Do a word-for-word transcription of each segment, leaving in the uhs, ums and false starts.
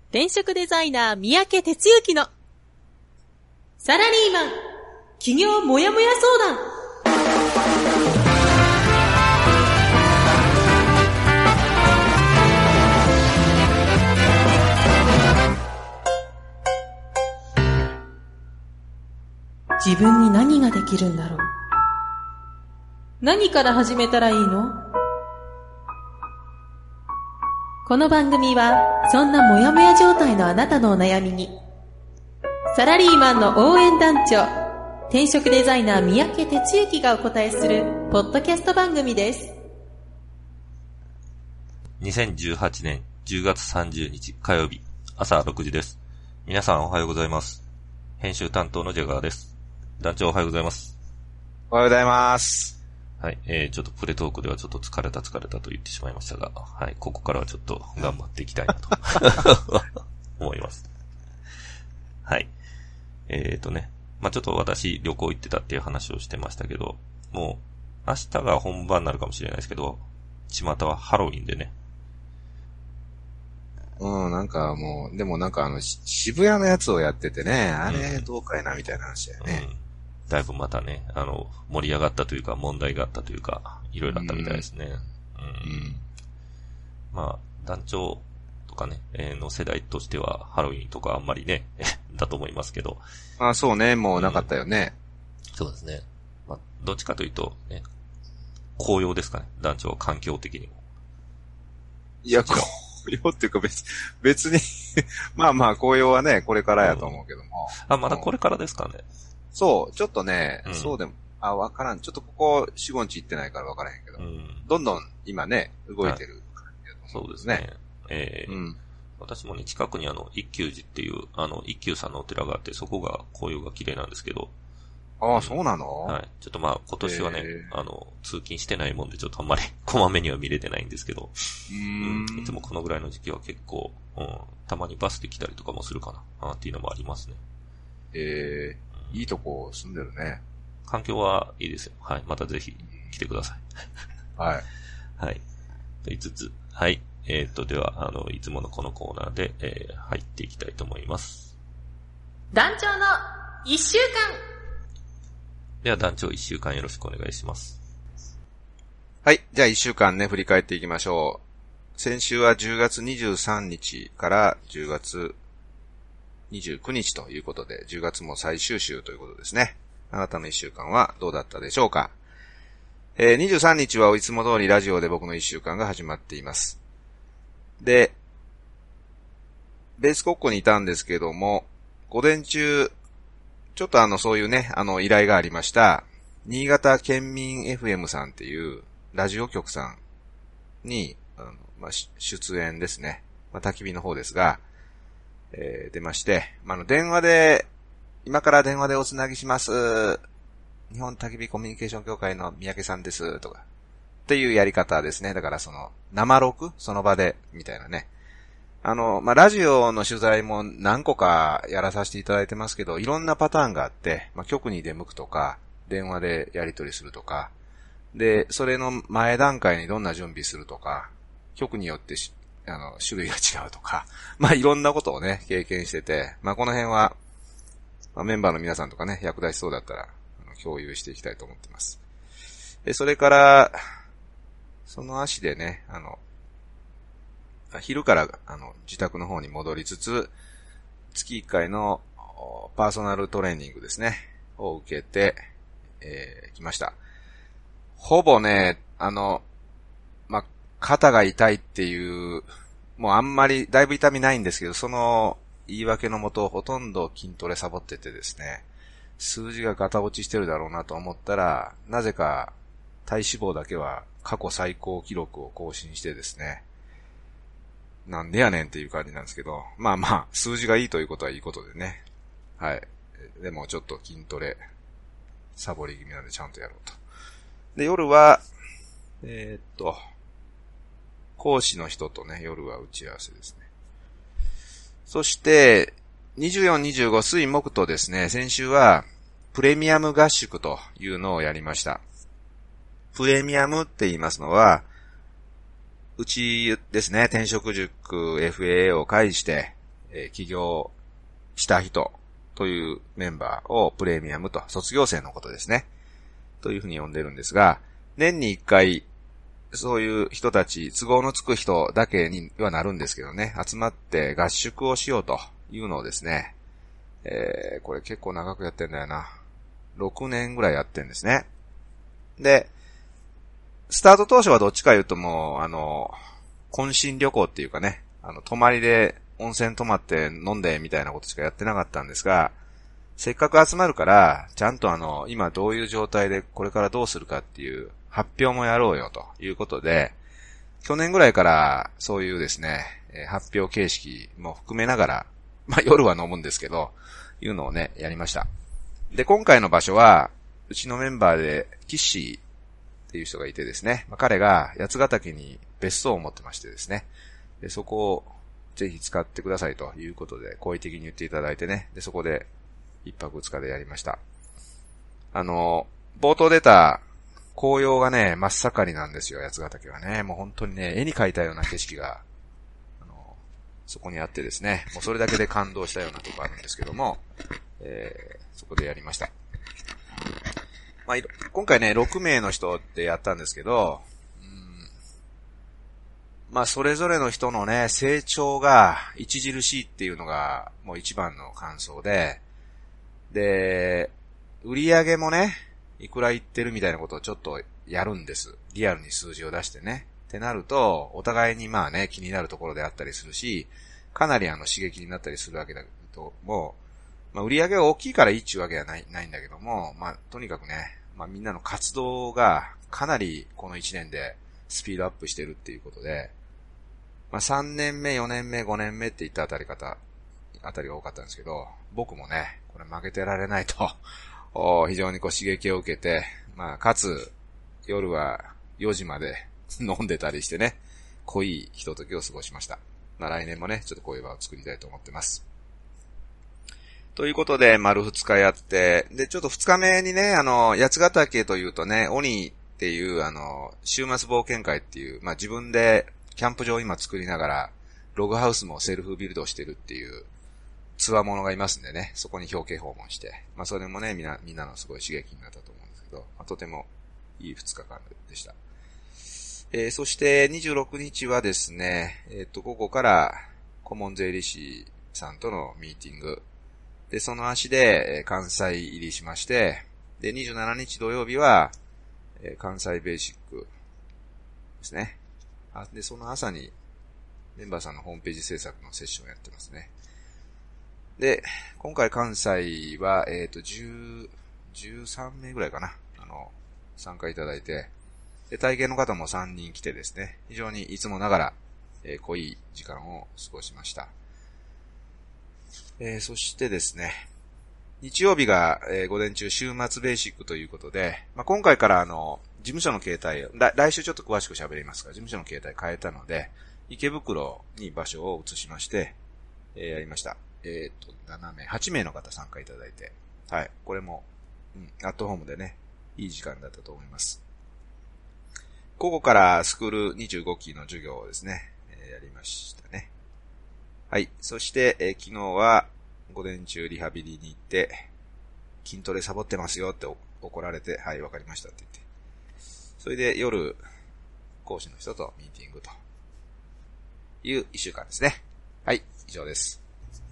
転職デザイナー三宅哲之のサラリーマン企業もやもや相談。自分に何ができるんだろう。何から始めたらいいの？この番組はそんなモヤモヤ状態のあなたのお悩みにサラリーマンの応援団長、転職デザイナー三宅哲之がお答えするポッドキャスト番組です。 にせんじゅうはちねんじゅうがつさんじゅうにち火曜日朝ろくじです。皆さんおはようございます。編集担当のジェガーです。団長おはようございます。 おはようございます。 はい、えー、ちょっとプレトークではちょっと疲れた疲れたと言ってしまいましたが、はい、ここからはちょっと頑張っていきたいなと思います。はい。えーとね、まあ、ちょっと私旅行行ってたっていう話をしてましたけど、もう明日が本番になるかもしれないですけど、巷はハロウィンでね。 うん、なんかもう、でもなんかあの、渋谷のやつをやっててね、あれどうかいなみたいな話だよね。 うんだいぶまたね、あの、盛り上がったというか、問題があったというか、いろいろあったみたいですね。うん。うん、まあ、団長とかね、えー、の世代としては、ハロウィンとかあんまりね、だと思いますけど。 あ、そうね、もうなかったよね。 うん、そうですね。まあ、どっちかというと、ね、紅葉ですかね、団長は環境的にも。 いや、紅葉っていうか別、別に、まあまあ、紅葉はね、これからやと思うけども。 うん、あ、まだこれからですかね。 そう、ちょっとね、 うん、 そうでも、あ、わからん。ちょっとここ、四五日行ってないからわからへんけど、うん、どんどん今ね、動いてる感じだと思うんですね。 そうですね。えー、うん、私もね、近くにあの、一休寺っていう、あの、一休さんのお寺があって、そこが紅葉が綺麗なんですけど。 ああ、うん、そうなの？ はい。ちょっとまあ、今年はね、あの、通勤してないもんで、ちょっとあんまり、こまめには見れてないんですけど、 うーん、 うん、いつもこのぐらいの時期は結構、うん、たまにバスで来たりとかもするかな、っていうのもありますね。 えーいいとこ住んでるね。 環境はいいですよ。はい。またぜひ来てください。 はい。 はい。と言いつつ、はい。えっと、では、あの、いつものこのコーナーで、えー、入っていきたいと思います。 団長の一週間。 では、団長一週間よろしくお願いします。 はい。じゃあ一週間ね、振り返っていきましょう。先週はじゅうがつにじゅうさんにちからじゅうがつにじゅうくにちということで、じゅうがつも最終週ということですね。あなたの一週間はどうだったでしょうか。えー、にじゅうさんにちはいつも通りラジオで僕の一週間が始まっています。で、ベース国庫にいたんですけども、午前中、ちょっとあの、そういうね、あの、依頼がありました、新潟県民 エフエム さんっていうラジオ局さんに、あのまあ、出演ですね。まあ、焚き火の方ですが、えー、出まして、まあ、の、電話で、今から電話でおつなぎします。日本焚き火コミュニケーション協会の三宅さんです。とか。っていうやり方ですね。だからその、生録その場で、みたいなね。あの、まあ、ラジオの取材も何個かやらさせていただいてますけど、いろんなパターンがあって、まあ、局に出向くとか、電話でやり取りするとか、で、それの前段階にどんな準備するとか、局によってし、あの、種類が違うとか、まあ、いろんなことをね、経験してて、まあ、この辺は、まあ、メンバーの皆さんとかね、役立ちそうだったら、共有していきたいと思ってます。で、それから、その足でね、あの、昼から、あの、自宅の方に戻りつつ、月いっかいのパーソナルトレーニングですね、を受けて、えー、来ました。ほぼね、あの、まあ、肩が痛いっていう、もうあんまり、だいぶ痛みないんですけど、その言い訳のもとほとんど筋トレサボっててですね、数字がガタ落ちしてるだろうなと思ったら、なぜか体脂肪だけは過去最高記録を更新してですね、なんでやねんっていう感じなんですけど、まあまあ、数字がいいということはいいことでね。はい。でもちょっと筋トレ、サボり気味なんでちゃんとやろうと。で、夜は、えー、っと、講師の人とね、夜は打ち合わせですね。そして、にじゅうよん、にじゅうご、水木とですね、先週は、プレミアム合宿というのをやりました。プレミアムって言いますのは、うちですね、転職塾 エフエー を介して、 えー、起業した人というメンバーをプレミアムと、卒業生のことですね。というふうに呼んでるんですが、年に一回、そういう人たち、都合のつく人だけにはなるんですけどね、集まって合宿をしようというのをですね、えー、これ結構長くやってんだよな。ろくねんぐらいやってんですね。で、スタート当初はどっちか言うともう、あの、懇親旅行っていうかね、あの、泊まりで温泉泊まって飲んでみたいなことしかやってなかったんですが、せっかく集まるから、ちゃんとあの、今どういう状態でこれからどうするかっていう発表もやろうよということで、去年ぐらいからそういうですね、発表形式も含めながら、まあ夜は飲むんですけど、いうのをね、やりました。で、今回の場所は、うちのメンバーで、キッシーっていう人がいてですね、まあ、彼が八ヶ岳に別荘を持ってましてですね、でそこをぜひ使ってくださいということで、好意的に言っていただいてね、で、そこで一泊二日でやりました。あの、冒頭出た紅葉がね、真っ盛りなんですよ、八ヶ岳はね。もう本当にね、絵に描いたような景色が、あの、そこにあってですね、もうそれだけで感動したようなとこあるんですけども、えー、そこでやりました。まあ、今回ね、ろくめいの人でやったんですけど、うん、まあ、それぞれの人のね、成長が著しいっていうのが、もう一番の感想で、で、売り上げもね、いくらいってるみたいなことをちょっとやるんです。リアルに数字を出してね。ってなると、お互いにまあね、気になるところであったりするし、かなりあの刺激になったりするわけだけども、まあ、売り上げが大きいからいいっちゅうわけはない、ないんだけども、まあ、とにかくね、まあ、みんなの活動がかなりこのいちねんでスピードアップしてるっていうことで、まあ、さんねんめ、よねんめ、ごねんめっていったあたり方、あたりが多かったんですけど、僕もね、これ負けてられないと、非常にこう刺激を受けて、まあ、かつ、夜はよじまで飲んでたりしてね、濃いひとときを過ごしました。まあ、来年もね、ちょっとこういう場を作りたいと思ってます。ということで、丸二日やって、で、ちょっと二日目にね、あの、八ヶ岳というとね、鬼っていう、あの、週末冒険会っていう、まあ、自分でキャンプ場を今作りながら、ログハウスもセルフビルドしてるっていう、つわものがいますんでね、そこに表敬訪問して、まあ、それもね、みんな、みんなのすごい刺激になったと思うんですけど、まあ、とてもいい二日間でした。えー、そしてにじゅうろくにちはですね、えっと、午後から顧問税理士さんとのミーティング、で、その足で関西入りしまして、で、にじゅうしちにち土曜日は、関西ベーシックですね。あ、で、その朝にメンバーさんのホームページ制作のセッションをやってますね。で、今回関西は、えっと、じゅう、じゅうさんめいぐらいかな。あの、参加いただいて、で、体験の方もさんにん来てですね、非常にいつもながら、えー、濃い時間を過ごしました。えー、そしてですね、日曜日が、えー、午前中週末ベーシックということで、まあ、今回からあの、事務所の形態を、来週ちょっと詳しく喋りますが、事務所の形態変えたので、池袋に場所を移しまして、えー、やりました。えっと、ななめい、はちめいの方参加いただいて、はい、これも、うん、アットホームでね、いい時間だったと思います。午後からスクールにじゅうごきの授業をですね、えー、やりましたね。はい。そして、えー、昨日は、午前中リハビリに行って、筋トレサボってますよって怒られて、はい、わかりましたって言って。それで夜、講師の人とミーティングという一週間ですね。はい、以上です。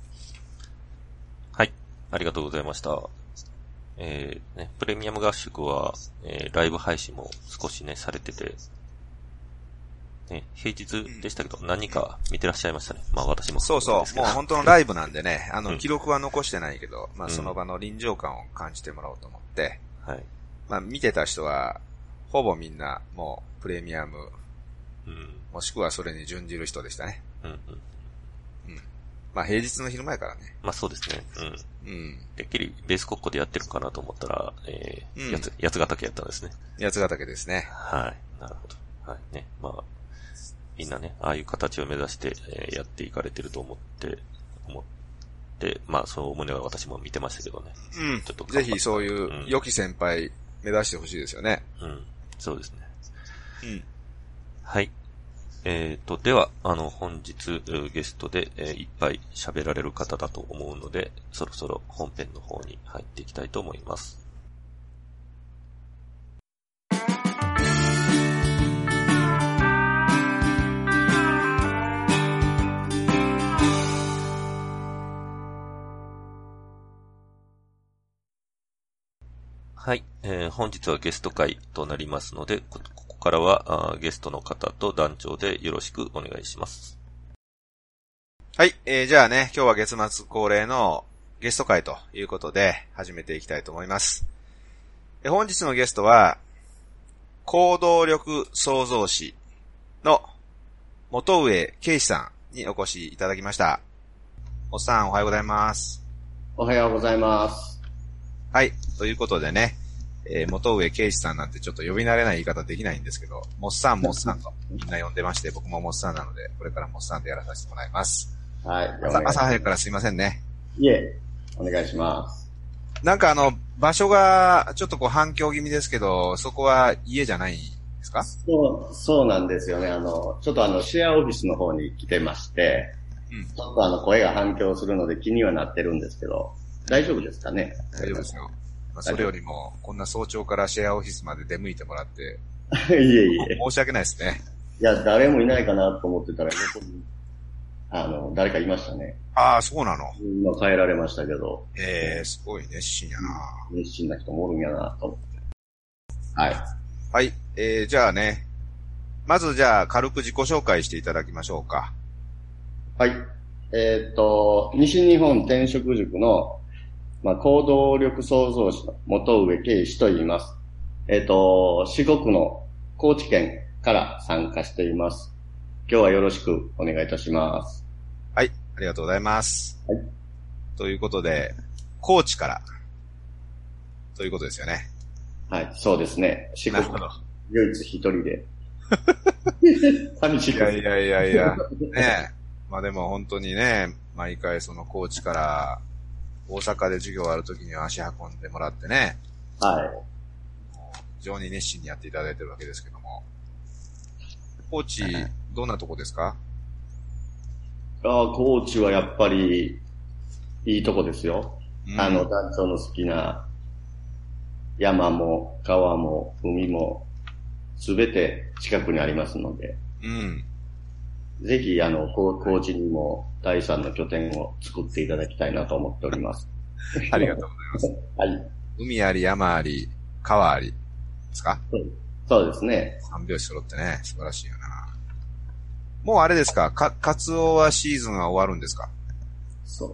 はい、ありがとうございました。えー、ね、プレミアム合宿は、えー、ライブ配信も少しね、されてて、ね、平日でしたけど、何か見てらっしゃいましたね。まあ私もそうそう、もう本当のライブなんでね、あの、うん、記録は残してないけど、まあその場の臨場感を感じてもらおうと思って、うん、はい。まあ見てた人は、ほぼみんなもうプレミアム、うん、もしくはそれに準じる人でしたね。うんうんうん。まあ平日の昼前からね。 まあそうですね。うん。うん。てっきりベース国庫でやってるかなと思ったら、えー、うん、やつ、八ヶ岳やったんですね。 八ヶ岳ですね。 はい。なるほど。はいね。まあ、みんなね、ああいう形を目指して、えー、やっていかれてると思って、思って、まあそう思いながら私も見てましたけどね。 うん。ちょっとぜひそういう良き先輩目指してほしいですよね。 うん。そうですね。 うん。 はい。 えーと、では、あの、本日、ゲストで、えー、いっぱい喋られる方だと思うので、そろそろ本編の方に入っていきたいと思います。はい、えー、本日はゲスト会となりますので、こここからはあゲストの方と団長でよろしくお願いします。 はい、えー、じゃあね、今日は月末恒例のゲスト会ということで始めていきたいと思います。え本日のゲストは、行動力創造士の元上圭司さんにお越しいただきました。おっさんおはようございます。 おはようございます。 はい。ということでね、えー、元上圭司さんなんてちょっと呼び慣れない言い方できないんですけど、もっさんもっさんとみんな呼んでまして、僕ももっさんなので、これからもっさんでやらさせてもらいます。 はい。 朝、朝早くからすいませんね。 いえ、お願いします。 なんかあの、場所がちょっとこう反響気味ですけど、そこは家じゃないですか？ そう、そうなんですよね。あの、ちょっとあの、シェアオフィスの方に来てまして、うん、ちょっとあの、声が反響するので気にはなってるんですけど、大丈夫ですかね？ 大丈夫ですよ。まあ、それよりも、こんな早朝からシェアオフィスまで出向いてもらって、 いえいえ。 申し訳ないですね。 いや、誰もいないかなと思ってたら、横に、あの、誰かいましたね。 ああ、そうなの。 今帰られましたけど。 ええー、すごい熱心やな。 熱心な人もおるんやなと思って。はい。 はい。えー、じゃあね、まずじゃあ軽く自己紹介していただきましょうか。 はい。えー、っと、西日本転職塾の、まあ、行動力創造士の元上圭司と言います。えっと、四国の高知県から参加しています。今日はよろしくお願いいたします。 はい、ありがとうございます。 はい。ということで、高知から、ということですよね。 はい、そうですね。四国の唯一一人で。寂しい。 いやいやいやいや、ねえ。まあでも本当にね、毎回その高知から、大阪で授業あるときには足運んでもらってね。 はい。 非常に熱心にやっていただいてるわけですけども。高知、どんなとこですか？ ああ、高知はやっぱり、いいとこですよ。うん、あの、団長の好きな、山も、川も、海も、すべて近くにありますので。 うん。 ぜひ、あの、高知にも第三の拠点を作っていただきたいなと思っております。 ありがとうございます。 はい。 海あり、山あり、川あり、ですか？ そうですね。 三拍子揃ってね、素晴らしいよな。もうあれですか？か、カツオはシーズンは終わるんですか？ そう。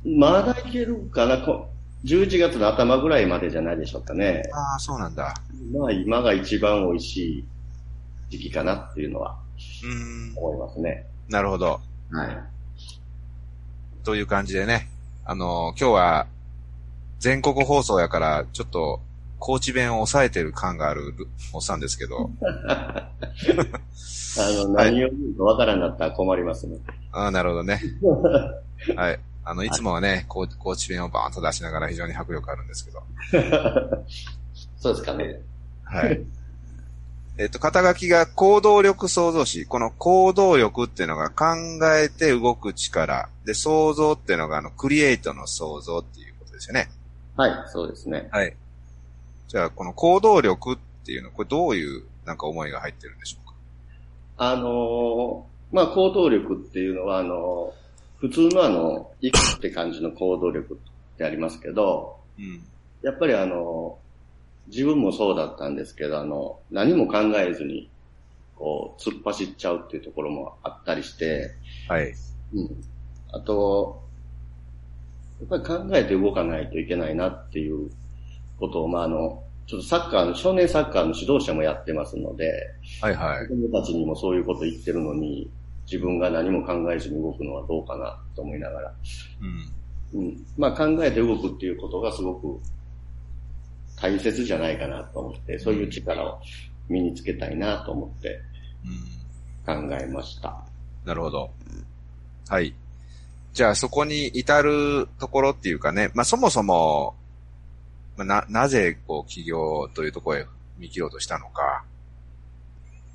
まだいけるかな。じゅういちがつの頭ぐらいまでじゃないでしょうかね。 ああ、そうなんだ。 まあ、今が一番美味しい時期かなっていうのは。 うーん。 思いますね。 なるほど。 はい。 という感じでね、あのー、今日は全国放送やからちょっと高知弁を抑えてる感があるおっさんですけど。 あの、何を言うかわからんなったら困りますね。 ああ、なるほどね。はい。あの、いつもはね、高知弁をバーンと出しながら非常に迫力あるんですけど。 そうですかね。 はい。えっと、肩書きが行動力創造士。この行動力っていうのが考えて動く力。で、創造っていうのがあの、クリエイトの創造っていうことですよね。 はい、そうですね。 はい。じゃあ、この行動力っていうのは、これどういうなんか思いが入ってるんでしょうか？ あのー、まあ、行動力っていうのは、あのー、普通のあの、行くって感じの行動力ってありますけど、 うん、 やっぱりあのー、自分もそうだったんですけど、あの、何も考えずに、こう、突っ走っちゃうっていうところもあったりして、 はい。 うん。あと、やっぱり考えて動かないといけないなっていうことを、まあ、あの、ちょっとサッカーの、少年サッカーの指導者もやってますので、 はいはい。 子供たちにもそういうこと言ってるのに、自分が何も考えずに動くのはどうかなと思いながら、うん。うん。まあ、考えて動くっていうことがすごく、大切じゃないかなと思って、そういう力を身につけたいなと思って考えました。 うん、なるほど。はい。じゃあそこに至るところっていうかね、まあそもそも、な、なぜこう起業というところへ見切ろうとしたのか、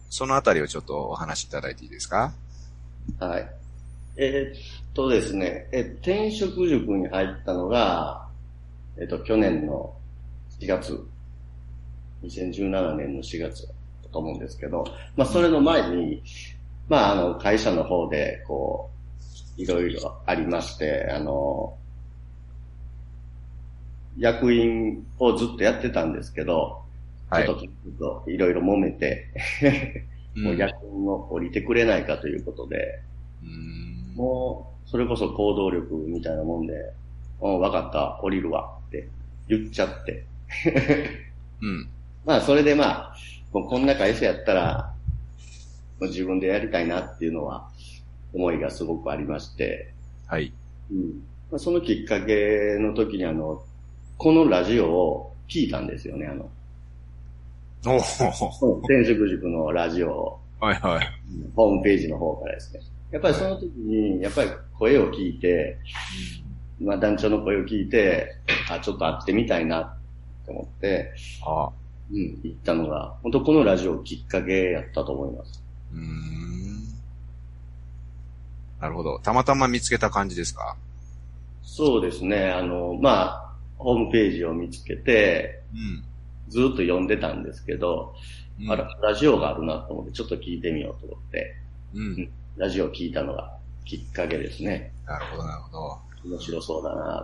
そのあたりをちょっとお話しいただいていいですか？ はい。えー、っとですね、え、転職塾に入ったのが、えっと、去年のしがつ、にせんじゅうななねんのしがつだと思うんですけど、まあ、それの前に、まあ、あの、会社の方で、こう、いろいろありまして、あの、役員をずっとやってたんですけど、はい、ちょっといろいろ揉めて、もう役員を降りてくれないかということで、うん、もう、それこそ行動力みたいなもんで、うん、わかった、降りるわって言っちゃって。うん、まあ、それでまあ、もうこんな会社やったら、もう自分でやりたいなっていうのは、思いがすごくありまして。はい。うん。まあ、そのきっかけの時にあの、このラジオを聞いたんですよね、あの。おお。転職塾のラジオを。はいはい。ホームページの方からですね。やっぱりその時に、やっぱり声を聞いて、うん、まあ団長の声を聞いて、あ、ちょっと会ってみたいなって思って、ああうん、行ったのが、本当このラジオきっかけやったと思います。うーん。 なるほど。たまたま見つけた感じですか？ そうですね。あの、まあ、ホームページを見つけて、うん、ずっと読んでたんですけど、うん、あら、ラジオがあるなと思って、ちょっと聞いてみようと思って、うん、ラジオを聞いたのがきっかけですね。 なるほど、なるほど。 面白そうだなと思って。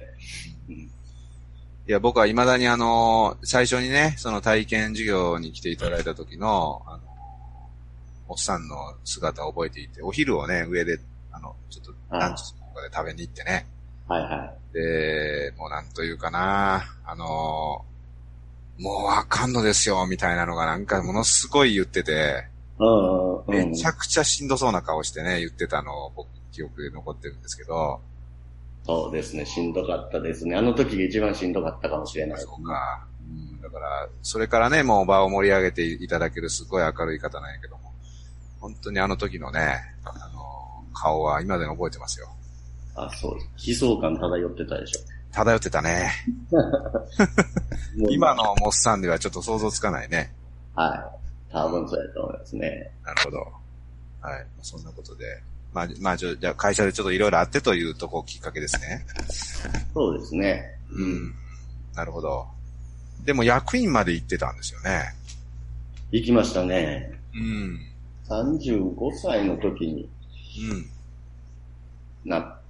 うん、 いや、僕は未だにあの、最初にね、その体験授業に来ていただいた時の、あの、おっさんの姿を覚えていて、お昼をね、上で、あの、ちょっとランチとかで食べに行ってね。はいはい。で、もうなんというかな、あの、もうあかんのですよ、みたいなのがなんかものすごい言ってて、うん、めちゃくちゃしんどそうな顔してね、言ってたのを僕記憶で残ってるんですけど。 そうですね、しんどかったですね。あの時が一番しんどかったかもしれないです、ね。 そうか。うん、だから、それからね、もう場を盛り上げていただけるすごい明るい方なんやけども、本当にあの時のね、あの、顔は今でも覚えてますよ。 あ、そうです。悲壮感漂ってたでしょ。 漂ってたね。今のモッサンではちょっと想像つかないね。 はい。多分そうやと思いますね。 なるほど。はい。そんなことで。まあ、まあ、じゃあ会社でちょっといろいろあってというとこきっかけですね。 そうですね。 うん。なるほど。でも役員まで行ってたんですよね。 行きましたね。 うん。 さんじゅうごさいの時に。うん。なって、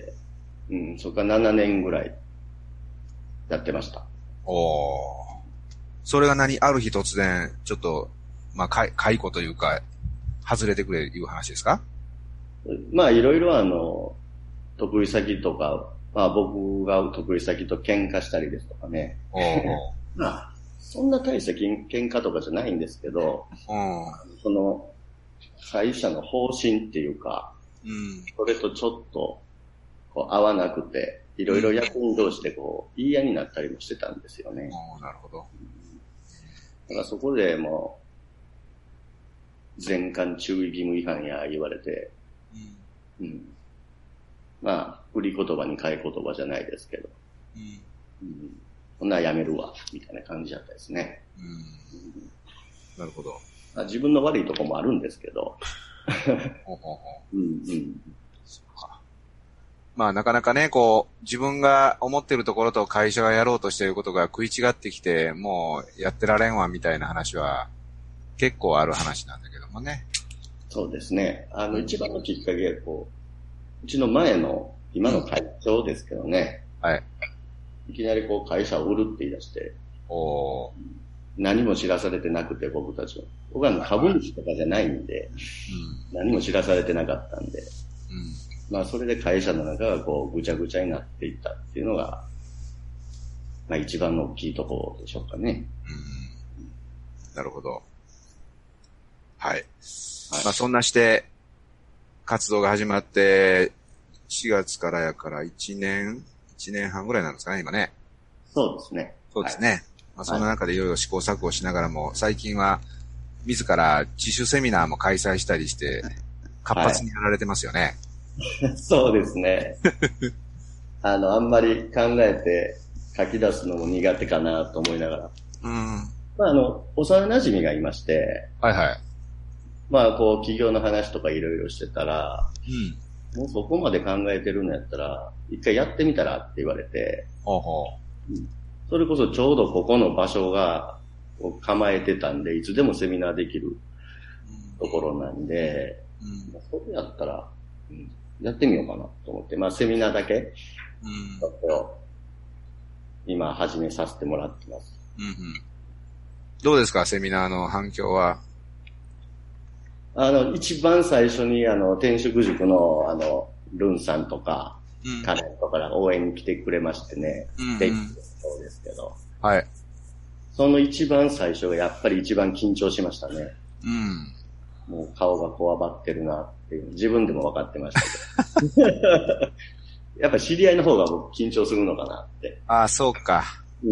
うん、そこからななねんぐらいやってました。 おー。それが何ある日突然、ちょっと、まあ、解雇というか、外れてくれいう話ですか？ まあ、いろいろあの、得意先とか、まあ僕が得意先と喧嘩したりですとかね。おーまあ、そんな大した喧嘩とかじゃないんですけど、その、会社の方針っていうか、うん、それとちょっと、こう合わなくて、いろいろ役員同士でこう、言い合いになったりもしてたんですよね。 なるほど。 だからそこでもう、全館注意義務違反や言われて、うんうん、まあ、売り言葉に買い言葉じゃないですけど、うんうん、そんなやめるわ、みたいな感じだったですね。うんうん、 なるほど。 まあ、自分の悪いとこもあるんですけど、ほうほうほううんうん、 そうか。まあなかなかね、こう、自分が思ってるところと会社がやろうとしていることが食い違ってきて、もうやってられんわみたいな話は結構ある話なんだけどもね。 そうですね。あの、一番のきっかけはこう、うちの前の、今の会長ですけどね。はい。いきなりこう会社を売るって言い出して。おー。何も知らされてなくて、僕たちは。僕は株主とかじゃないんで、うん、何も知らされてなかったんで。うん、まあ、それで会社の中がこう、ぐちゃぐちゃになっていったっていうのが、まあ一番の大きいところでしょうかね。 うん、なるほど。はい。はい、まあそんなして、活動が始まって、しがつからやからいちねん、いちねんはんぐらいなんですかね、今ね。 そうですね。 そうですね。はい、まあ、そんな中でいろいろ試行錯誤しながらも、最近は自ら自主セミナーも開催したりして、活発にやられてますよね。 はい、そうですね。あの、あんまり考えて書き出すのも苦手かなと思いながら。 うん。 まあ、あの、幼馴染がいまして、 はいはい。 まあ、こう、企業の話とかいろいろしてたら、 うん。 もうそこまで考えてるんやったら、一回やってみたらって言われて、 ほうほう。うん、それこそちょうどここの場所が構えてたんで、いつでもセミナーできるところなんで、うん、それやったら、うん、やってみようかなと思って、まあ、セミナーだけ、うん、ちょっと今始めさせてもらってます。 うんうん、どうですか、セミナーの反響は。 あの、一番最初に、あの、転職塾の、あの、ルンさんとか、うん、カレンとかが応援に来てくれましてね、うんうん、そうですけど。 はい。 その一番最初がやっぱり一番緊張しましたね。うん。もう顔がこわばってるなっていう、自分でも分かってましたけど。やっぱ知り合いの方が僕緊張するのかなって。 ああ、そうか。 うん。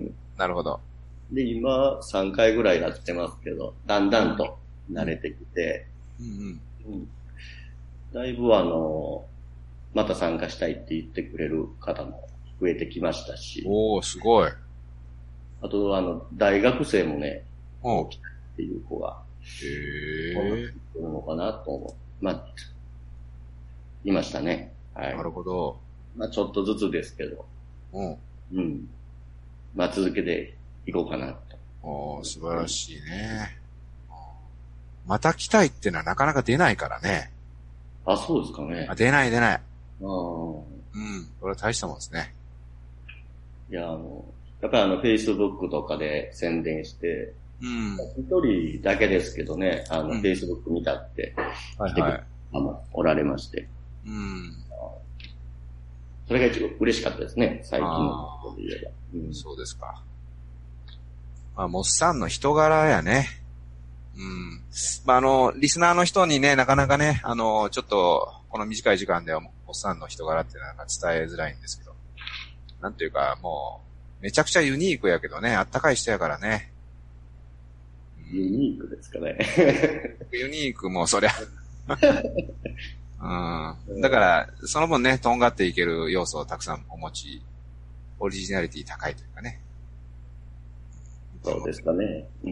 なるほど。 で、今さんかいぐらいやってますけど、だんだんと慣れてきて、うんうんうん、だいぶあの、また参加したいって言ってくれる方も増えてきましたし。 おー、すごい。 あと、あの、大学生もね、お来たいっていう子が、 へー。来るのかなと思う。まあ、いましたね。はい。 なるほど。 まあ、ちょっとずつですけど。うん。うん。まあ、続けていこうかなと。 おー、素晴らしいね。また来たいってのはなかなか出ないからね。 あ、そうですかね。 あ、出ない出ない。ああ。 うん。 これは大したもんですね。 いや、あの、やっぱりあの、Facebook とかで宣伝して、うん。一人だけですけどね、あの、うん、Facebook 見たって、来てくれる方もおられまして。うん。それが一番嬉しかったですね、最近のことで言えば。 うん、そうですか。まあ、モッサンの人柄やね。うん。まあ、あの、リスナーの人にね、なかなかね、あの、ちょっと、この短い時間では、モッサンの人柄ってなんか伝えづらいんですけど、なんていうか、もう、めちゃくちゃユニークやけどね、あったかい人やからね。 ユニークですかね。 ユニークもそりゃ。うん。だから、その分ね、とんがっていける要素をたくさんお持ち、オリジナリティ高いというかね。 そうですかね。うん。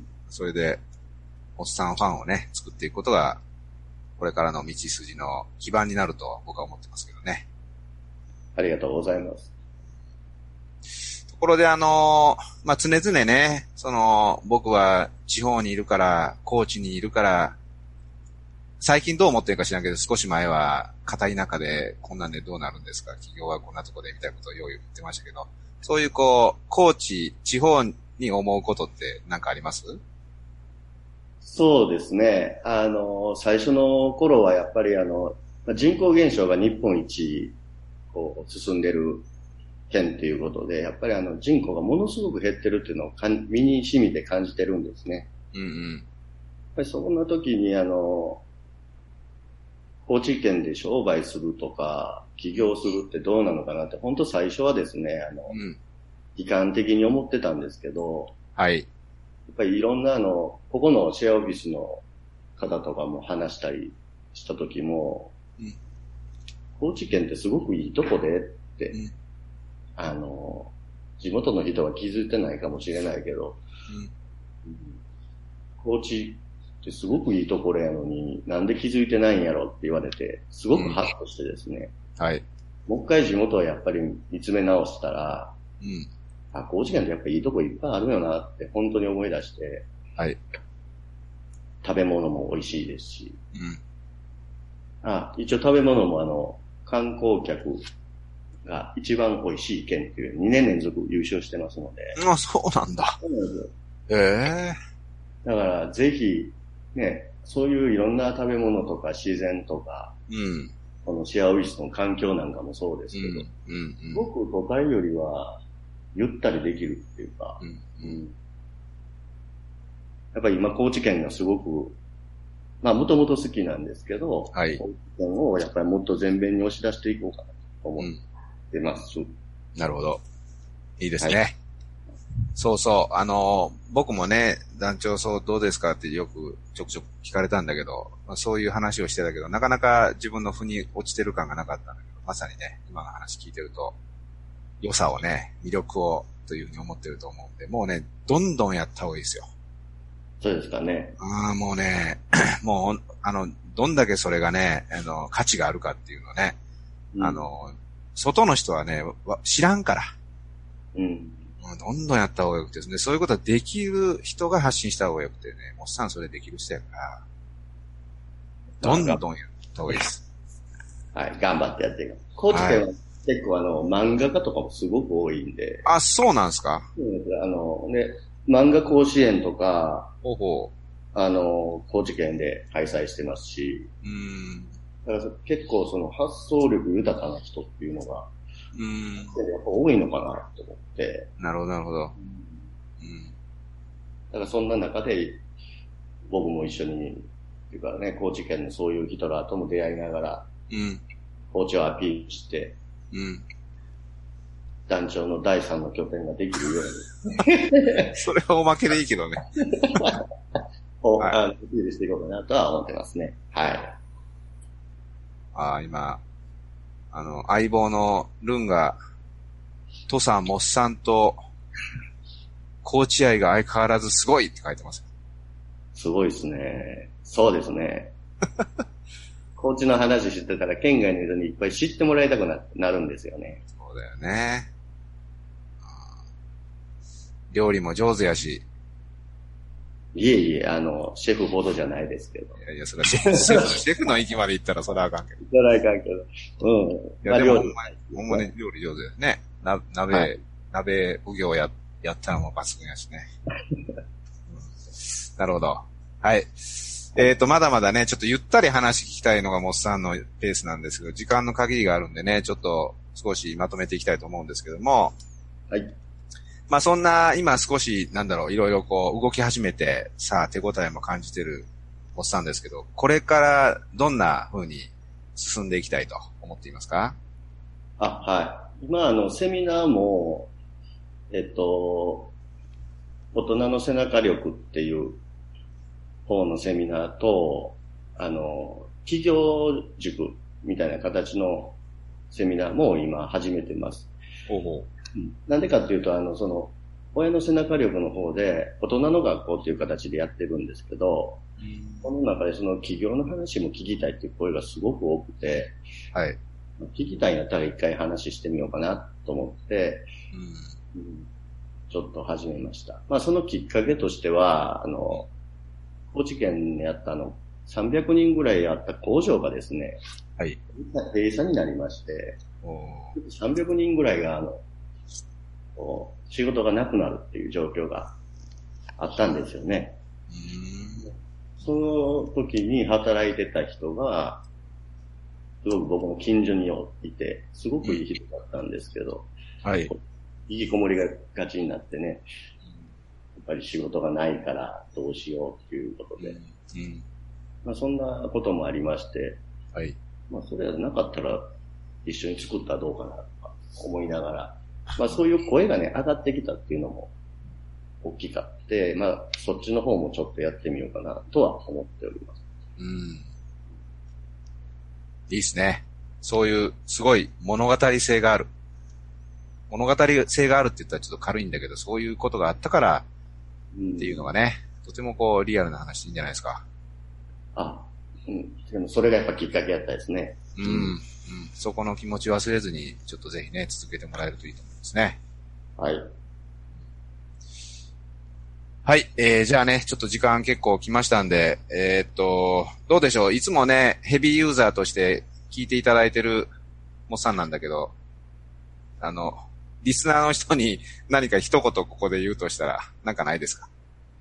それで、おっさんファンをね、作っていくことが、これからの道筋の基盤になると僕は思ってますけどね。 ありがとうございます。 ところであの、まあ、常々ね、その、僕は地方にいるから、高知にいるから、最近どう思ってるか知らんけど、少し前は、片田舎で、こんなんでどうなるんですか、企業はこんなとこでみたいなことをよう言ってましたけど、そういうこう、高知、地方に思うことって何かあります？ そうですね。あの、最初の頃はやっぱりあの、人口減少が日本一、こう、進んでる県ということで、やっぱりあの、人口がものすごく減ってるっていうのをかん身に染みて感じてるんですね。 うんうん。やっぱりそんな時にあの、高知県で商売するとか、起業するってどうなのかなって、本当最初はですね、あの、うん、悲観的に思ってたんですけど、 はい。 やっぱりいろんなあの、ここのシェアオフィスの方とかも話したりした時も、うん、高知県ってすごくいいとこでって、うん、あの、地元の人は気づいてないかもしれないけど、うん、高知ってすごくいいところやのに、なんで気づいてないんやろって言われて、すごくハッとしてですね、 うん、はい。 もう一回地元はやっぱり見つめ直したら、 うん、 あ、高知県ってやっぱりいいとこいっぱいあるよなって本当に思い出して、 はい。 食べ物も美味しいですし、 うん、 あ、一応食べ物もあの、観光客が一番美味しい県っていうにねん連続優勝してますので。 あ、そうなんだ。 そうなんですよ。 ええー。だからぜひ、ね、そういういろんな食べ物とか自然とか、 うん、 このシェアオフィスの環境なんかもそうですけど、 うんうんうん、 すごく都会よりはゆったりできるっていうか、 うんうん、 やっぱり今高知県がすごく、まあもともと好きなんですけど、 はい、 高知県をやっぱりもっと前面に押し出していこうかなと思ってます。うん、 なるほど。いいですね。はい、そうそう。あの、僕もね、団長そうどうですかってよくちょくちょく聞かれたんだけど、まあ、そういう話をしてたけど、なかなか自分の腑に落ちてる感がなかったんだけど、まさにね、今の話聞いてると、良さをね、魅力をというふうに思ってると思うんで、もうね、どんどんやった方がいいですよ。 そうですかね。 ああ、もうね、もう、あの、どんだけそれがね、あの、価値があるかっていうのね、うん、あの、外の人はね、知らんから。うん。どんどんやった方がよくてですね、そういうことはできる人が発信した方がよくてね、もっさんそれできる人やから、どんどんやった方がいいです。 はい、頑張ってやっていく。高知県は結構あの、漫画家とかもすごく多いんで。 あ、そうなんですか？ そうです。あのね、漫画甲子園とか、 ほうほうあの、高知県で開催してますし、うん。だから結構その発想力豊かな人っていうのが、うん。やっぱ多いのかなと思って。 なるほど、なるほど。うん。 だからそんな中で、僕も一緒に、っていうかね、高知県のそういう人らとも出会いながら、うん。高知をアピールして、うん。団長の第三の拠点ができるように。それはおまけでいいけどね。 を、はい、アピールしていこうかなとは思ってますね。はい。 ああ、今、あの、相棒のルンが、トさん、モッさんと、高知愛が相変わらずすごいって書いてます。 すごいですね。そうですね。高知の話知ってたら県外の人にいっぱい知ってもらいたく な, なるんですよね。 そうだよね。料理も上手やし。 いえいえ、あの、シェフほどじゃないですけど。 いやいや、それはシェフ、シェフ、シェフの域まで行ったらそれはあかんけど。 それはあかんけど。うん。いや、まあ、でもほんまに、ほんまに料理上手ですね。な、鍋、はい、鍋奉行や、やったのも抜群やしね。うん、なるほど。はい。えっと、まだまだね、ちょっとゆったり話聞きたいのがモッさんのペースなんですけど、時間の限りがあるんでね、ちょっと少しまとめていきたいと思うんですけども。 はい。 まあそんな、今少し、なんだろう、いろいろこう動き始めて、さあ手応えも感じてるモッさんですけど、これからどんな風に進んでいきたいと思っていますか？ あ、はい。今あの、セミナーも、えっと、大人の背中力っていう方のセミナーと、あの、企業塾みたいな形のセミナーも今始めてます。 ほうほう。 なんでかっていうと、あの、その、親の背中力の方で、大人の学校っていう形でやってるんですけど、うん、この中でその企業の話も聞きたいっていう声がすごく多くて、 はい。 聞きたいんだったら一回話してみようかなと思って、うんうん、ちょっと始めました。まあそのきっかけとしては、あの、高知県にあったあの、さんびゃくにんぐらいあった工場がですね、 はい。 閉鎖になりまして、さんびゃくにんぐらいがあの、仕事がなくなるっていう状況があったんですよね。うんその時に働いてた人が、すごく僕の近所にいて、すごくいい人だったんですけど、 はい。 引きこもりががちになってね、やっぱり仕事がないからどうしようっていうことで、うんうんまあ、そんなこともありまして、 はい。 まあそれがなかったら一緒に作ったらどうかなとか思いながら、まあそういう声がね、上がってきたっていうのも大きかって、まあそっちの方もちょっとやってみようかなとは思っております。 うん。いいですね。そういうすごい物語性がある。物語性があるって言ったらちょっと軽いんだけど、そういうことがあったからっていうのがね、うん、とてもこうリアルな話でいいんじゃないですか。 あ、うん。でもそれがやっぱきっかけやったですね。 うん。うんうん、そこの気持ち忘れずに、ちょっとぜひね、続けてもらえるといいと思いますね。 はい。 はい、えー、じゃあね、ちょっと時間結構来ましたんで、えー、っと、どうでしょう、いつもね、ヘビーユーザーとして聞いていただいてるモッさんなんだけど、あの、リスナーの人に何か一言ここで言うとしたら、なんかないですか？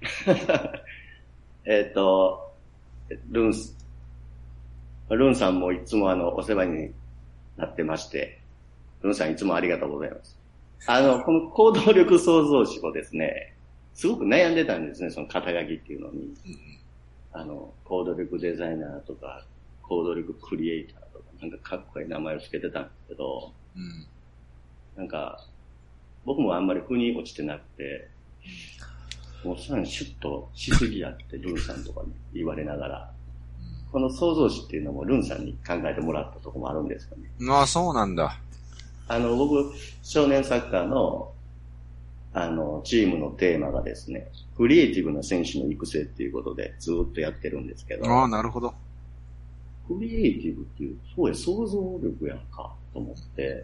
えっと、ルンス、ルンさんもいつもあの、お世話になってまして、ルンさんいつもありがとうございます。あの、この行動力創造士をですね、すごく悩んでたんですね、その肩書きっていうのに。うん、あの、行動力デザイナーとか、行動力クリエイターとか、なんかかっこいい名前をつけてたんですけど、うん、なんか、僕もあんまり腑に落ちてなくて、もうさらにシュッとしすぎやってルンさんとかに言われながら、この創造詞っていうのもルンさんに考えてもらったところもあるんですかね。 ああ、そうなんだ。 あの、僕、少年サッカーの、 あの、チームのテーマがですね、クリエイティブな選手の育成っていうことでずっとやってるんですけど。 ああ、なるほど。 クリエイティブっていう、そうや、想像力やんか、と思って、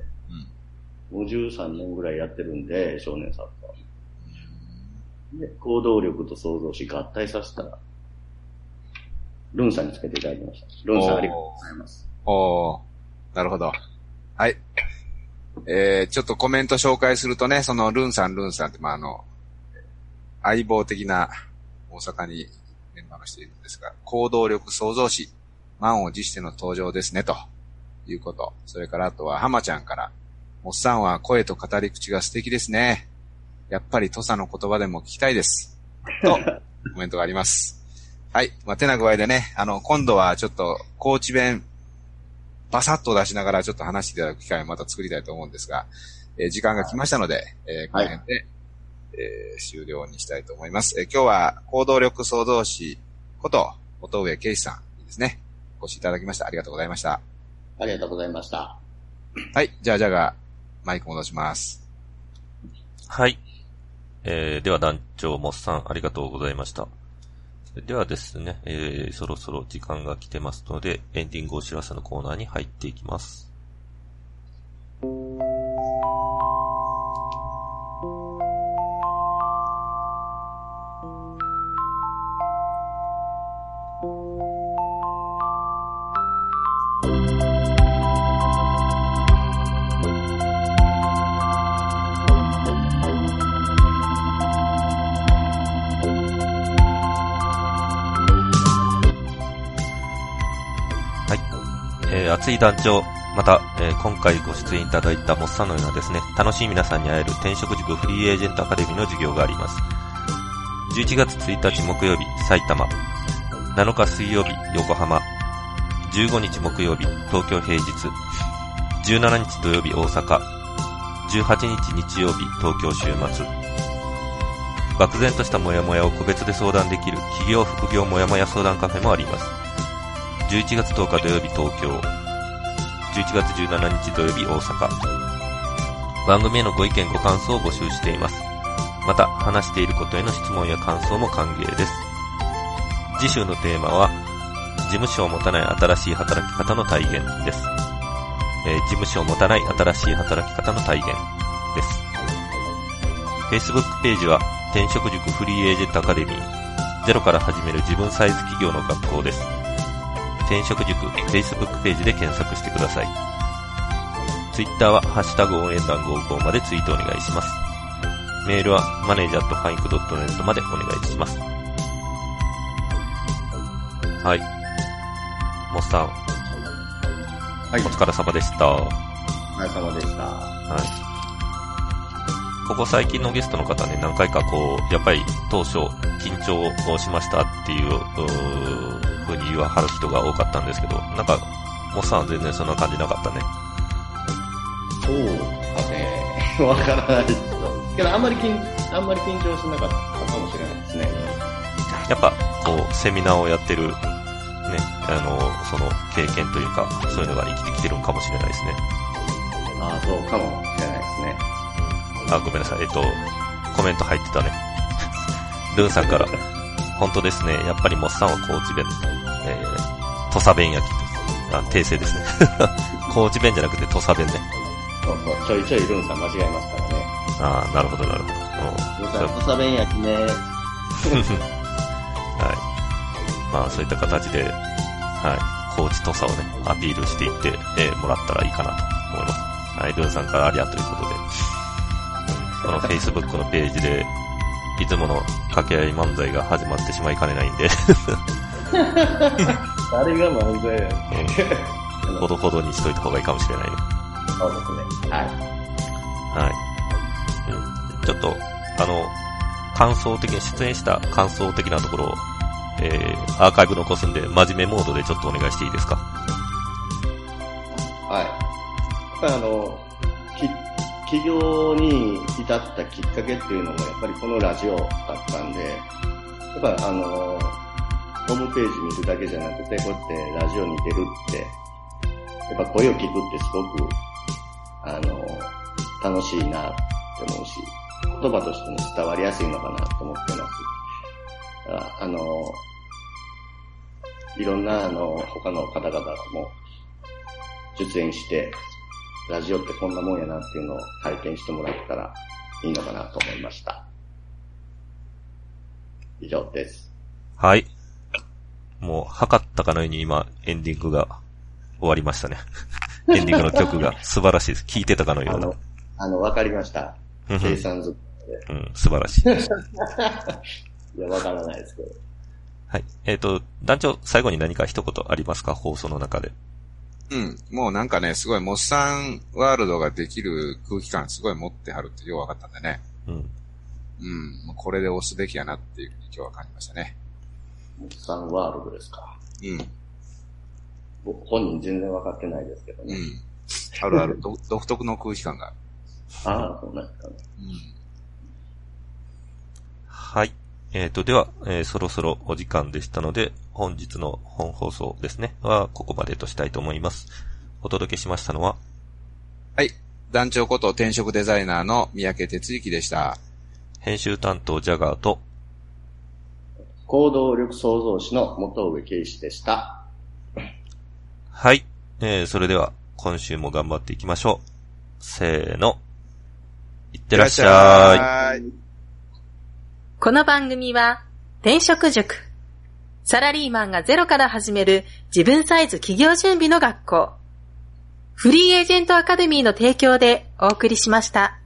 うん、ごじゅうさんねんぐらいやってるんで、少年サッカー。で、行動力と創造し合体させたら、ルンさんにつけていただきました。ルンさんありがとうございます。 おー、なるほど。はい。えー、ちょっとコメント紹介するとね、そのルンさん、ルンさんって、まあ、あの、相棒的な大阪にメンバーの人いるんですが、行動力創造士、満を持しての登場ですね、ということ。それからあとは、浜ちゃんから、モッサンは声と語り口が素敵ですね。やっぱり土佐の言葉でも聞きたいです。と、コメントがあります。はい。まあ、手な具合でね、あの、今度はちょっと、高知弁、バサッと出しながらちょっと話していただく機会をまた作りたいと思うんですが、えー、時間が来ましたので、えー、この辺で、はい、えー、終了にしたいと思います。えー、今日は行動力創造士こと音上圭司さんにですね、お越しいただきました。ありがとうございました。 ありがとうございました。 はい、じゃあじゃあがマイク戻します。 はい。えー、では団長モッさんありがとうございました。ではですね、えー、そろそろ時間が来てますので、エンディングお知らせのコーナーに入っていきます。熱い団長、また、えー、今回ご出演いただいたモッサンのようなですね、楽しい皆さんに会える転職塾フリーエージェントアカデミーの授業があります。じゅういちがつついたち木曜日、埼玉。なのか水曜日、横浜。じゅうごにち木曜日、東京平日。じゅうしちにち土曜日、大阪。じゅうはちにち日曜日、東京週末。漠然としたモヤモヤを個別で相談できる企業副業モヤモヤ相談カフェもあります。じゅういちがつとおか土曜日東京、じゅういちがつじゅうしちにち土曜日大阪。番組へのご意見ご感想を募集しています。また話していることへの質問や感想も歓迎です。次週のテーマは事務所を持たない新しい働き方の体現です。えー、事務所を持たない新しい働き方の体現です。Facebook ページは転職塾フリーエージェントアカデミー、ゼロから始める自分サイズ企業の学校です。転職塾 Facebook ページで検索してください。Twitter はハッシュタグ応援団ごじゅうごまでツイートお願いします。メールはマネージャー アットファインクドットネット までお願いします。はい。モッさん。はい。お疲れ様でした。 お疲れ様でした。はい。 ここ最近のゲストの方ね、何回かこう、やっぱり当初緊張をしましたっていう、う風に言わはる人が多かったんですけど、なんか、モッさんは全然そんな感じなかったね。 そうかね。わからないですけど、あんまり緊、あんまり緊張しなかったかもしれないですね。 やっぱ、こう、セミナーをやってる、ね、あの、その経験というか、そういうのが生きてきてるんかもしれないですね。 ああ、そうかもしれないですね。 あ、ごめんなさい。えっと、コメント入ってたね。ルンさんから、本当ですね。やっぱりモッさんは高知弁、えー、土佐弁焼きです。あ、訂正ですね。高知弁じゃなくて土佐弁ね。 そうそう、ちょいちょいルンさん間違えますからね。 ああ、なるほど、なるほど。 ルンさん、土佐弁焼きね。はい。 まあ、そういった形で、はい、高知土佐をね、アピールしていって、えー、もらったらいいかなと思います。はい、ルンさんからありゃということで。この Facebook のページで、いつもの掛け合い漫才が始まってしまいかねないんで。 誰が漫才やうん、ほどほどにしといた方がいいかもしれないね。 そうですね。はい。 はい。うん、ちょっと、あの、感想的に、出演した感想的なところを、えー、アーカイブ残すんで、真面目モードでちょっとお願いしていいですか？ はい。やっぱりあの、起業に至ったきっかけっていうのもやっぱりこのラジオだったんで、やっぱあの、ホームページ見るだけじゃなくて、こうやってラジオに出るって、やっぱ声を聞くってすごく、あの、楽しいなって思うし、 言葉としても伝わりやすいのかなと思ってます。あ, あの、いろんなあの他の方々も出演して、ラジオってこんなもんやなっていうのを体験してもらったらいいのかなと思いました。以上です。 はい。もう、測ったかのように今、エンディングが終わりましたね。エンディングの曲が素晴らしいです。聴いてたかのような。 あの、あの、わかりました。計算ずくで。うん、素晴らしい。 いや、わからないですけど。 はい。えっ、ー、と、団長、最後に何か一言ありますか？放送の中で。 うん。もうなんかね、すごいモッサンワールドができる空気感すごい持ってはるってよう分かったんでね。うん。うん。もうこれで押すべきやなっていうふうに今日は感じましたね。 モッサンワールドですか。 うん。 僕本人全然分かってないですけどね。うん。 あるある、独特の空気感がある。 ああ、そうなんですかね。うん。 はい。えっ、ー、と、では、えー、そろそろお時間でしたので、本日の本放送ですね、は、ここまでとしたいと思います。お届けしましたのは、 はい。団長こと転職デザイナーの三宅哲之でした。 編集担当ジャガーと、 行動力創造士の元上圭司でした。 はい。えー、それでは、今週も頑張っていきましょう。せーの。いってらっしゃい。 この番組は、転職塾。サラリーマンがゼロから始める自分サイズ企業準備の学校。フリーエージェントアカデミーの提供でお送りしました。